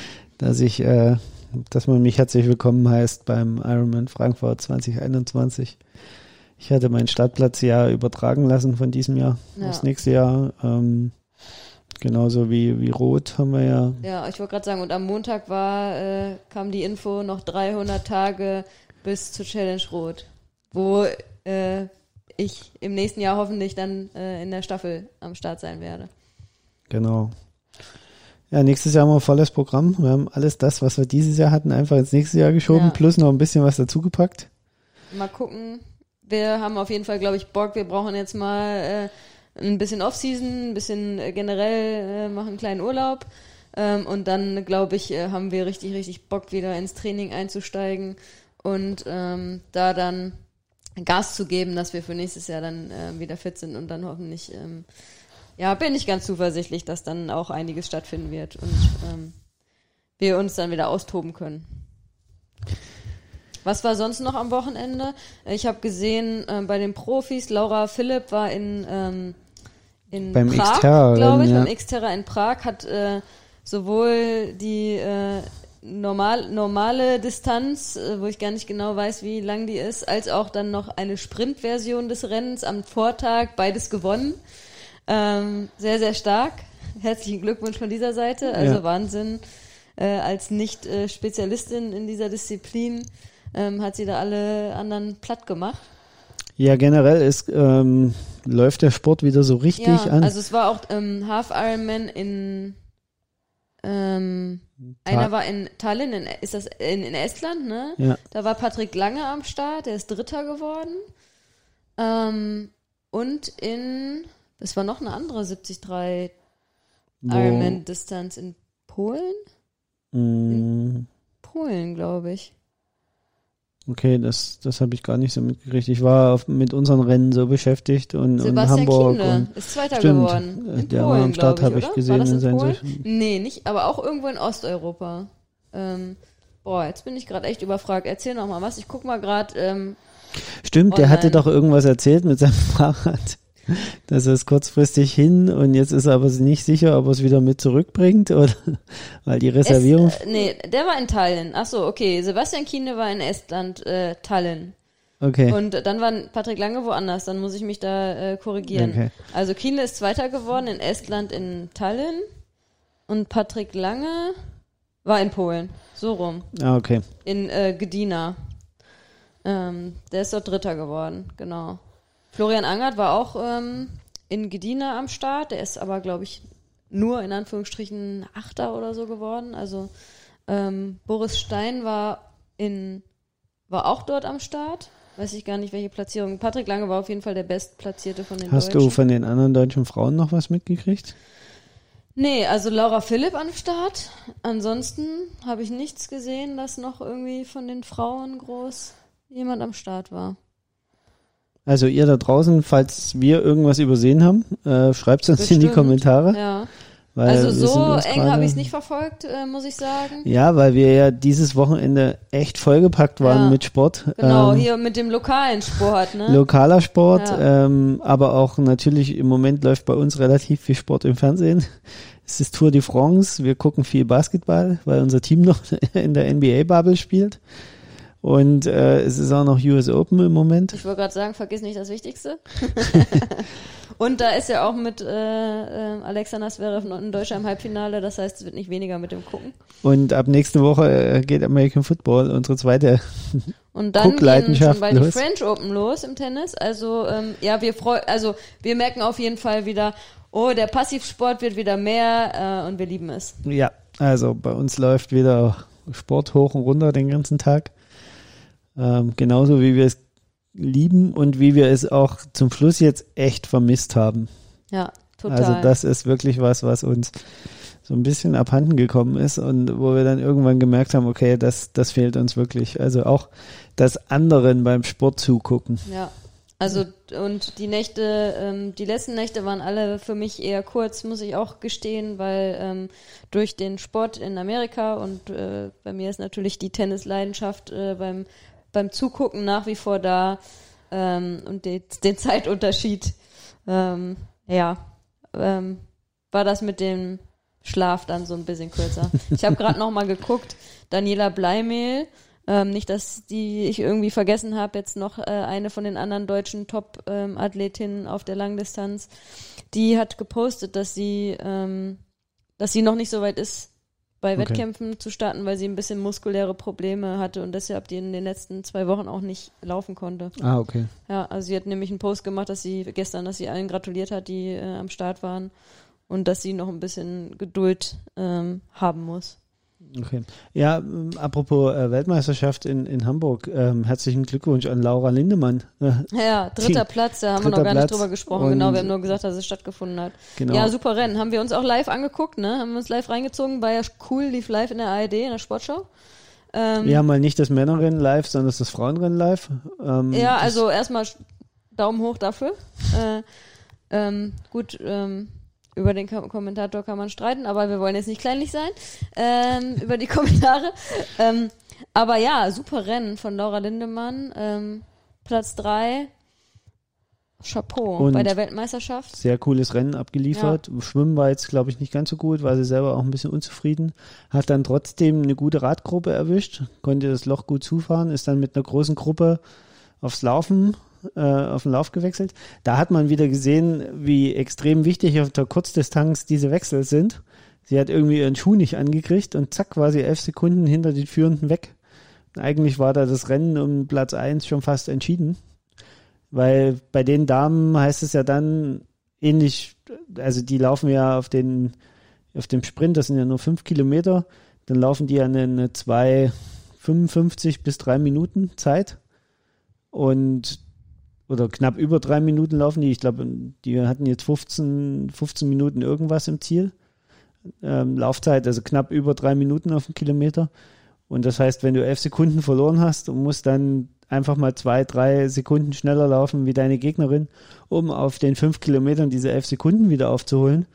dass man mich herzlich willkommen heißt beim Ironman Frankfurt 2021. Ich hatte meinen Startplatz ja übertragen lassen von diesem Jahr aufs nächste Jahr. Genauso wie Rot haben wir ja. Ja, ich wollte gerade sagen, und am Montag kam die Info, noch 300 Tage bis zur Challenge Rot, wo ich im nächsten Jahr hoffentlich dann in der Staffel am Start sein werde. Genau. Ja, nächstes Jahr haben wir ein volles Programm. Wir haben alles das, was wir dieses Jahr hatten, einfach ins nächste Jahr geschoben, plus noch ein bisschen was dazugepackt. Mal gucken. Wir haben auf jeden Fall, glaube ich, Bock. Wir brauchen jetzt mal ein bisschen Off-Season, ein bisschen generell machen einen kleinen Urlaub. Und dann, glaube ich, haben wir richtig, richtig Bock, wieder ins Training einzusteigen und da dann Gas zu geben, dass wir für nächstes Jahr dann wieder fit sind und dann hoffentlich, bin ich ganz zuversichtlich, dass dann auch einiges stattfinden wird und wir uns dann wieder austoben können. Was war sonst noch am Wochenende? Ich habe gesehen, bei den Profis, Laura Philipp war in beim Prag, glaube ich, beim Xterra in Prag, hat sowohl die normale Distanz, wo ich gar nicht genau weiß, wie lang die ist, als auch dann noch eine Sprintversion des Rennens am Vortag, beides gewonnen. Sehr, sehr stark. Herzlichen Glückwunsch von dieser Seite. Also Wahnsinn. Als Nicht-Spezialistin in dieser Disziplin hat sie da alle anderen platt gemacht. Ja, generell läuft der Sport wieder so richtig an. Also es war auch Half Ironman in einer war in Tallinn, ist das in Estland, ne? Ja. Da war Patrick Lange am Start, der ist Dritter geworden. Und das war noch eine andere 73 Ironman-Distanz in Polen? In Polen, glaube ich. Okay, das habe ich gar nicht so mitgekriegt. Ich war mit unseren Rennen so beschäftigt und Sebastian Hamburg. Kienle ist Zweiter geworden. In der Polen, war am Start, habe ich gesehen. War das in Polen? Nee, nicht, aber auch irgendwo in Osteuropa. Jetzt bin ich gerade echt überfragt. Erzähl noch mal was. Ich guck mal gerade. Stimmt, der hatte doch irgendwas erzählt mit seinem Fahrrad. dass er es kurzfristig hin und jetzt ist er aber nicht sicher, ob er es wieder mit zurückbringt oder weil die Reservierung. Der war in Tallinn. Ach so, okay. Sebastian Kiene war in Estland, Tallinn. Okay. Und dann war Patrick Lange woanders, dann muss ich mich da korrigieren. Okay. Also Kiene ist Zweiter geworden in Estland in Tallinn und Patrick Lange war in Polen. So rum. Ah, okay. In Gdynia. Der ist dort Dritter geworden, genau. Florian Angert war auch in Gdynia am Start, der ist aber, glaube ich, nur in Anführungsstrichen Achter oder so geworden. Also Boris Stein war auch dort am Start. Weiß ich gar nicht, welche Platzierung. Patrick Lange war auf jeden Fall der Bestplatzierte von den Hast Deutschen. du von den anderen deutschen Frauen noch was mitgekriegt? Nee, also Laura Philipp am Start. Ansonsten habe ich nichts gesehen, dass noch irgendwie von den Frauen groß jemand am Start war. Also ihr da draußen, falls wir irgendwas übersehen haben, schreibt es uns Bestimmt. in die Kommentare. Ja. Weil Also wir sind so uns eng gerade- habe ich es nicht verfolgt, muss ich sagen. Ja, weil wir ja dieses Wochenende echt vollgepackt waren Ja. mit Sport. Genau, hier mit dem lokalen Sport, ne? Lokaler Sport, Ja. aber auch natürlich im Moment läuft bei uns relativ viel Sport im Fernsehen. Es ist Tour de France, wir gucken viel Basketball, weil unser Team noch in der NBA-Bubble spielt. Und es ist auch noch US Open im Moment. Ich wollte gerade sagen, vergiss nicht das Wichtigste. Und da ist ja auch mit Alexander Zverev noch ein Deutscher im Halbfinale, das heißt, es wird nicht weniger mit dem Gucken. Und ab nächste Woche geht American Football, unsere zweite. Und dann gehen Guckleidenschaft schon bald die los. French Open los im Tennis. Also ja, wir merken auf jeden Fall wieder, oh, der Passivsport wird wieder mehr und wir lieben es. Ja, also bei uns läuft wieder Sport hoch und runter den ganzen Tag. Genauso wie wir es lieben und wie wir es auch zum Schluss jetzt echt vermisst haben. Ja, total. Also das ist wirklich was uns so ein bisschen abhanden gekommen ist und wo wir dann irgendwann gemerkt haben, okay, das fehlt uns wirklich. Also auch das anderen beim Sport zugucken. Ja, also und die Nächte, die letzten Nächte waren alle für mich eher kurz, muss ich auch gestehen, weil durch den Sport in Amerika und bei mir ist natürlich die Tennisleidenschaft beim Zugucken nach wie vor da und den Zeitunterschied, war das mit dem Schlaf dann so ein bisschen kürzer. Ich habe gerade noch mal geguckt, Daniela Bleimehl, nicht, dass ich irgendwie vergessen habe, jetzt noch eine von den anderen deutschen Top-Athletinnen auf der Langdistanz, die hat gepostet, dass sie noch nicht so weit ist, bei Wettkämpfen zu starten, weil sie ein bisschen muskuläre Probleme hatte und deshalb die in den letzten 2 Wochen auch nicht laufen konnte. Ah, okay. Ja, also sie hat nämlich einen Post gemacht, dass sie allen gratuliert hat, die am Start waren und dass sie noch ein bisschen Geduld haben muss. Okay. Ja, apropos Weltmeisterschaft in Hamburg, herzlichen Glückwunsch an Laura Lindemann. Ja, dritter Platz, da haben wir noch gar nicht drüber gesprochen. Und Genau, wir haben nur gesagt, dass es stattgefunden hat. Genau. Ja, super Rennen. Haben wir uns auch live angeguckt, ne? Haben wir uns live reingezogen, war ja cool, lief live in der ARD, in der Sportschau. Wir haben mal nicht das Männerrennen live, sondern das Frauenrennen live. Ja, also erstmal Daumen hoch dafür. Gut, über den Kommentator kann man streiten, aber wir wollen jetzt nicht kleinlich sein über die Kommentare. Aber ja, super Rennen von Laura Lindemann. Platz 3. Chapeau Und bei der Weltmeisterschaft. sehr cooles Rennen abgeliefert. Ja. Schwimmen war jetzt, glaube ich, nicht ganz so gut, war sie selber auch ein bisschen unzufrieden. Hat dann trotzdem eine gute Radgruppe erwischt, konnte das Loch gut zufahren, ist dann mit einer großen Gruppe auf den Lauf gewechselt. Da hat man wieder gesehen, wie extrem wichtig auf der Kurzdistanz diese Wechsel sind. Sie hat irgendwie ihren Schuh nicht angekriegt und zack, war sie 11 Sekunden hinter den Führenden weg. Eigentlich war da das Rennen um Platz 1 schon fast entschieden. Weil bei den Damen heißt es ja dann ähnlich, also die laufen ja auf dem Sprint, das sind ja nur 5 Kilometer, dann laufen die ja eine 2,55 bis 3 Minuten Zeit oder knapp über 3 Minuten laufen die. Ich glaube, die hatten jetzt 15 Minuten irgendwas im Ziel. Laufzeit, also knapp über 3 Minuten auf dem Kilometer. Und das heißt, wenn du 11 Sekunden verloren hast und musst dann einfach mal 2-3 Sekunden schneller laufen wie deine Gegnerin, um auf den 5 Kilometern diese 11 Sekunden wieder aufzuholen.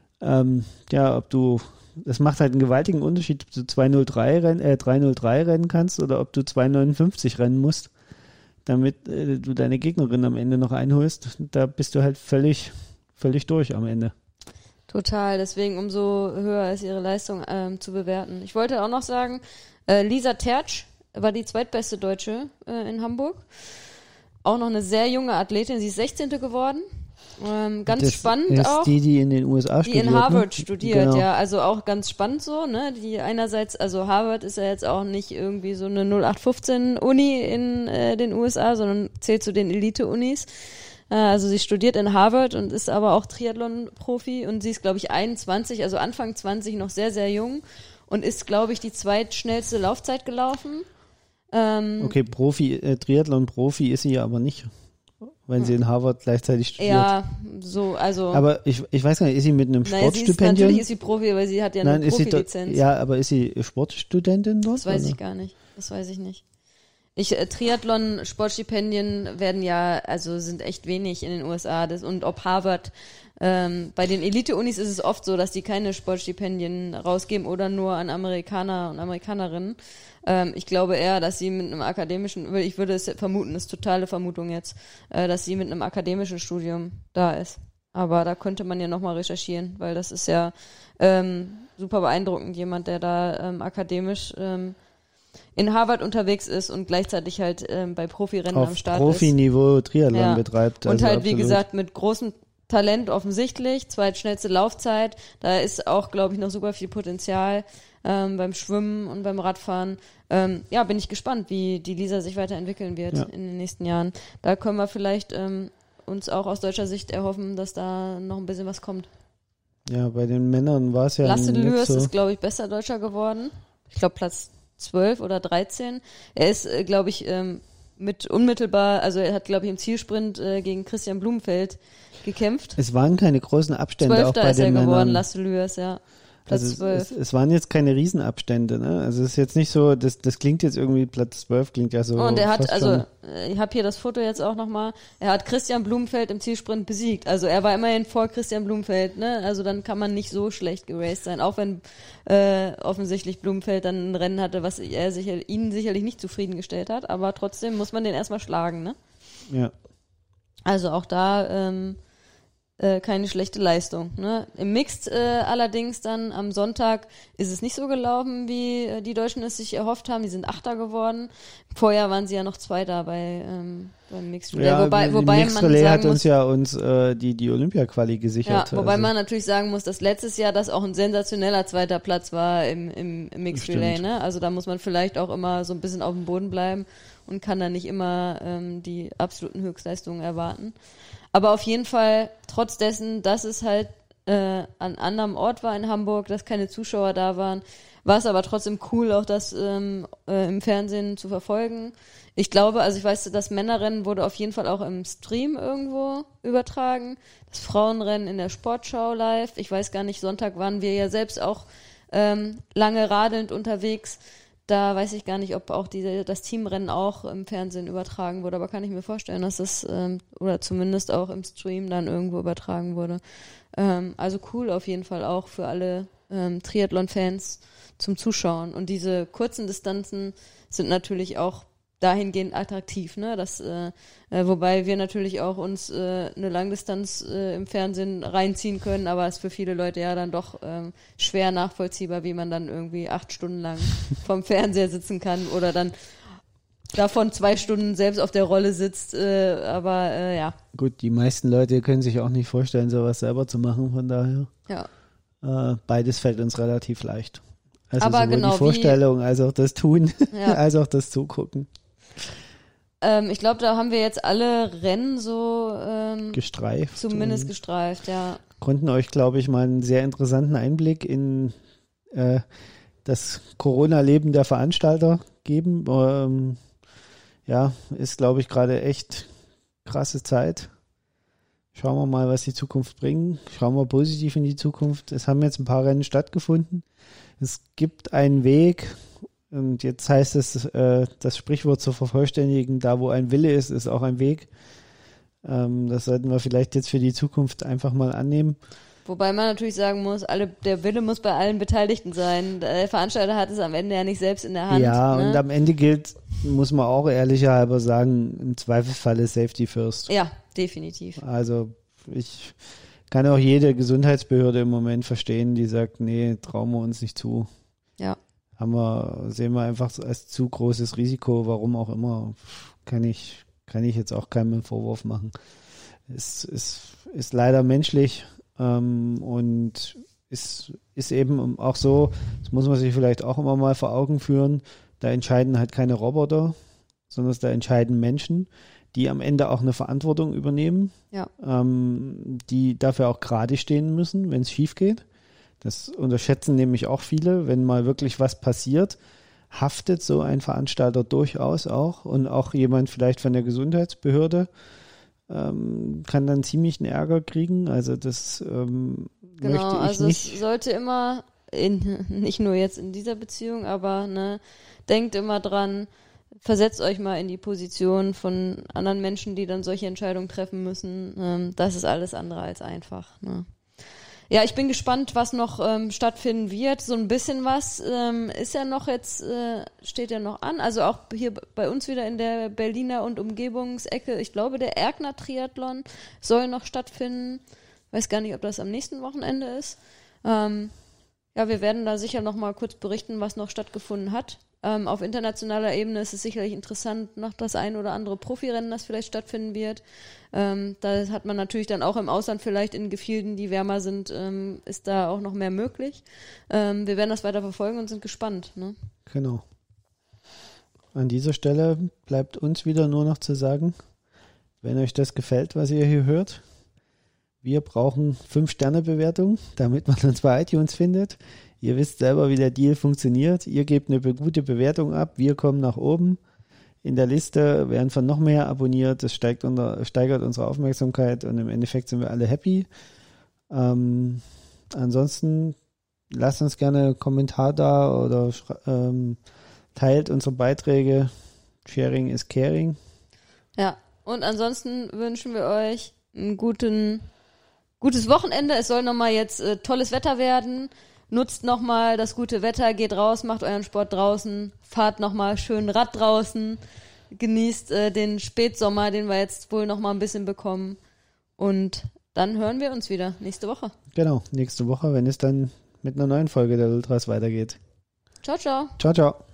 Das macht halt einen gewaltigen Unterschied, ob du 3:03 rennen kannst oder ob du 2:59 rennen musst. damit du deine Gegnerin am Ende noch einholst. Da bist du halt völlig durch am Ende. Total, deswegen umso höher ist ihre Leistung zu bewerten. Ich wollte auch noch sagen, Lisa Tertsch war die zweitbeste Deutsche in Hamburg. Auch noch eine sehr junge Athletin, sie ist 16. geworden. Ganz das spannend ist auch. Die in den USA studiert. Die in Harvard ne? studiert, Genau. ja. Also auch ganz spannend so, ne? Die einerseits, also Harvard ist ja jetzt auch nicht irgendwie so eine 0815-Uni in den USA, sondern zählt zu den Elite-Unis. Also sie studiert in Harvard und ist aber auch Triathlon-Profi und sie ist, glaube ich, 21, also Anfang 20, noch sehr, sehr jung und ist, glaube ich, die zweitschnellste Laufzeit gelaufen. Okay, Triathlon-Profi ist sie ja aber nicht, weil sie in Harvard gleichzeitig studiert. Ja, so, also. Aber ich weiß gar nicht, ist sie mit einem Naja, Sportstipendium? Natürlich ist sie Profi, weil sie hat ja eine Profilizenz. Ja, aber ist sie Sportstudentin dort? Das weiß ich gar nicht. Das weiß ich nicht. Triathlon-Sportstipendien werden ja, also sind echt wenig in den USA. Und ob Harvard, bei den Elite-Unis ist es oft so, dass die keine Sportstipendien rausgeben oder nur an Amerikaner und Amerikanerinnen. Ich glaube eher, dass sie mit einem akademischen, ich würde es vermuten, das ist totale Vermutung jetzt, dass sie mit einem akademischen Studium da ist. Aber da könnte man ja nochmal recherchieren, weil das ist ja super beeindruckend, jemand, der da akademisch in Harvard unterwegs ist und gleichzeitig halt bei Profirennen am Start ist. Auf Profiniveau Triathlon betreibt. Und also halt, absolut. wie gesagt, mit großem Talent offensichtlich, zweitschnellste Laufzeit, da ist auch, glaube ich, noch super viel Potenzial beim Schwimmen und beim Radfahren. Bin ich gespannt, wie die Lisa sich weiterentwickeln wird in den nächsten Jahren. Da können wir vielleicht uns auch aus deutscher Sicht erhoffen, dass da noch ein bisschen was kommt. Ja, bei den Männern war es ja Lasse nicht Lewis so. ist, glaube ich, besser Deutscher geworden. Ich glaube, Platz 12 oder 13. Er ist, glaube ich, mit unmittelbar, also er hat, glaube ich, im Zielsprint gegen Christian Blumenfeld gekämpft. Es waren keine großen Abstände 12. auch bei ist er den geworden, Männern. Lasse Lewis, ja. Platz Also 12. es waren jetzt keine Riesenabstände, ne? Also es ist jetzt nicht so, das klingt jetzt irgendwie, Platz 12 klingt ja so. Und er hat, fast also schon- ich habe hier das Foto jetzt auch nochmal, er hat Christian Blumenfeld im Zielsprint besiegt. Also er war immerhin vor Christian Blumenfeld, ne? Also dann kann man nicht so schlecht geraced sein, auch wenn offensichtlich Blumenfeld dann ein Rennen hatte, was ihn sicherlich nicht zufriedengestellt hat, aber trotzdem muss man den erstmal schlagen, ne? Ja. Also auch da keine schlechte Leistung. Ne? Im Mixed allerdings dann am Sonntag ist es nicht so gelaufen, wie die Deutschen es sich erhofft haben. Die sind Achter geworden. Vorher waren sie ja noch Zweiter beim Mixed Relay. Ja, wobei Mixed man Relay sagen hat muss, die Olympia-Quali gesichert. ja, wobei also. man natürlich sagen muss, dass letztes Jahr das auch ein sensationeller zweiter Platz war im Mixed Stimmt. Relay. Ne? Also da muss man vielleicht auch immer so ein bisschen auf dem Boden bleiben und kann dann nicht immer die absoluten Höchstleistungen erwarten. Aber auf jeden Fall, trotz dessen, dass es halt an anderem Ort war in Hamburg, dass keine Zuschauer da waren, war es aber trotzdem cool, auch das im Fernsehen zu verfolgen. Ich glaube, also ich weiß, das Männerrennen wurde auf jeden Fall auch im Stream irgendwo übertragen. Das Frauenrennen in der Sportschau live. Ich weiß gar nicht, Sonntag waren wir ja selbst auch lange radelnd unterwegs. Da weiß ich gar nicht, ob auch das Teamrennen auch im Fernsehen übertragen wurde, aber kann ich mir vorstellen, dass das oder zumindest auch im Stream dann irgendwo übertragen wurde. Also cool auf jeden Fall auch für alle Triathlon-Fans zum Zuschauen. Und diese kurzen Distanzen sind natürlich auch dahingehend attraktiv, ne? Das, wobei wir natürlich auch uns eine Langdistanz im Fernsehen reinziehen können, aber es ist für viele Leute ja dann doch schwer nachvollziehbar, wie man dann irgendwie 8 Stunden lang vorm Fernseher sitzen kann oder dann davon 2 Stunden selbst auf der Rolle sitzt, aber ja. Gut, die meisten Leute können sich auch nicht vorstellen, sowas selber zu machen, von daher. Ja. Beides fällt uns relativ leicht. Also Aber sowohl genau, die Vorstellung als auch das Tun, Ja. als auch das Zugucken. Ich glaube, da haben wir jetzt alle Rennen so Gestreift. zumindest und gestreift, ja. konnten euch, glaube ich, mal einen sehr interessanten Einblick in das Corona-Leben der Veranstalter geben. Ja, ist, glaube ich, gerade echt krasse Zeit. Schauen wir mal, was die Zukunft bringt. Schauen wir positiv in die Zukunft. Es haben jetzt ein paar Rennen stattgefunden. Es gibt einen Weg. Und jetzt heißt es, das Sprichwort zu vervollständigen, da wo ein Wille ist, ist auch ein Weg. Das sollten wir vielleicht jetzt für die Zukunft einfach mal annehmen. Wobei man natürlich sagen muss, der Wille muss bei allen Beteiligten sein. Der Veranstalter hat es am Ende ja nicht selbst in der Hand. Ja, ne? und am Ende gilt, muss man auch ehrlicherhalber sagen, im Zweifelsfall ist Safety first. Ja, definitiv. Also ich kann auch jede Gesundheitsbehörde im Moment verstehen, die sagt, nee, trauen wir uns nicht zu. Ja. Sehen wir einfach als zu großes Risiko, warum auch immer, kann ich jetzt auch keinen Vorwurf machen. Es ist leider menschlich und ist eben auch so, das muss man sich vielleicht auch immer mal vor Augen führen, da entscheiden halt keine Roboter, sondern da entscheiden Menschen, die am Ende auch eine Verantwortung übernehmen, Ja. Die dafür auch gerade stehen müssen, wenn es schief geht. Das unterschätzen nämlich auch viele, wenn mal wirklich was passiert, haftet so ein Veranstalter durchaus auch und auch jemand vielleicht von der Gesundheitsbehörde kann dann ziemlich einen Ärger kriegen. Also das möchte ich also nicht. Es sollte immer, nicht nur jetzt in dieser Beziehung, aber ne, denkt immer dran, versetzt euch mal in die Position von anderen Menschen, die dann solche Entscheidungen treffen müssen. Das ist alles andere als einfach. Ne? Ja, ich bin gespannt, was noch stattfinden wird. So ein bisschen was ist ja noch jetzt, steht ja noch an. Also auch hier bei uns wieder in der Berliner und Umgebungsecke. Ich glaube, der Erkner Triathlon soll noch stattfinden. Weiß gar nicht, ob das am nächsten Wochenende ist. Ja, wir werden da sicher noch mal kurz berichten, was noch stattgefunden hat. Auf internationaler Ebene ist es sicherlich interessant, noch das ein oder andere Profirennen, das vielleicht stattfinden wird. Da hat man natürlich dann auch im Ausland vielleicht in Gefilden, die wärmer sind, ist da auch noch mehr möglich. Wir werden das weiter verfolgen und sind gespannt. Ne? Genau. An dieser Stelle bleibt uns wieder nur noch zu sagen, wenn euch das gefällt, was ihr hier hört, wir brauchen 5-Sterne-Bewertung, damit man uns bei iTunes findet. Ihr wisst selber, wie der Deal funktioniert. Ihr gebt eine gute Bewertung ab. Wir kommen nach oben in der Liste, werden von noch mehr abonniert. Das steigert unsere Aufmerksamkeit und im Endeffekt sind wir alle happy. Ansonsten lasst uns gerne einen Kommentar da oder teilt unsere Beiträge. Sharing is caring. Ja, und ansonsten wünschen wir euch ein gutes Wochenende. Es soll nochmal jetzt tolles Wetter werden. Nutzt nochmal das gute Wetter, geht raus, macht euren Sport draußen, fahrt nochmal schön Rad draußen, genießt den Spätsommer, den wir jetzt wohl nochmal ein bisschen bekommen. Und dann hören wir uns wieder nächste Woche. Genau, nächste Woche, wenn es dann mit einer neuen Folge der Ultras weitergeht. Ciao, ciao. Ciao, ciao.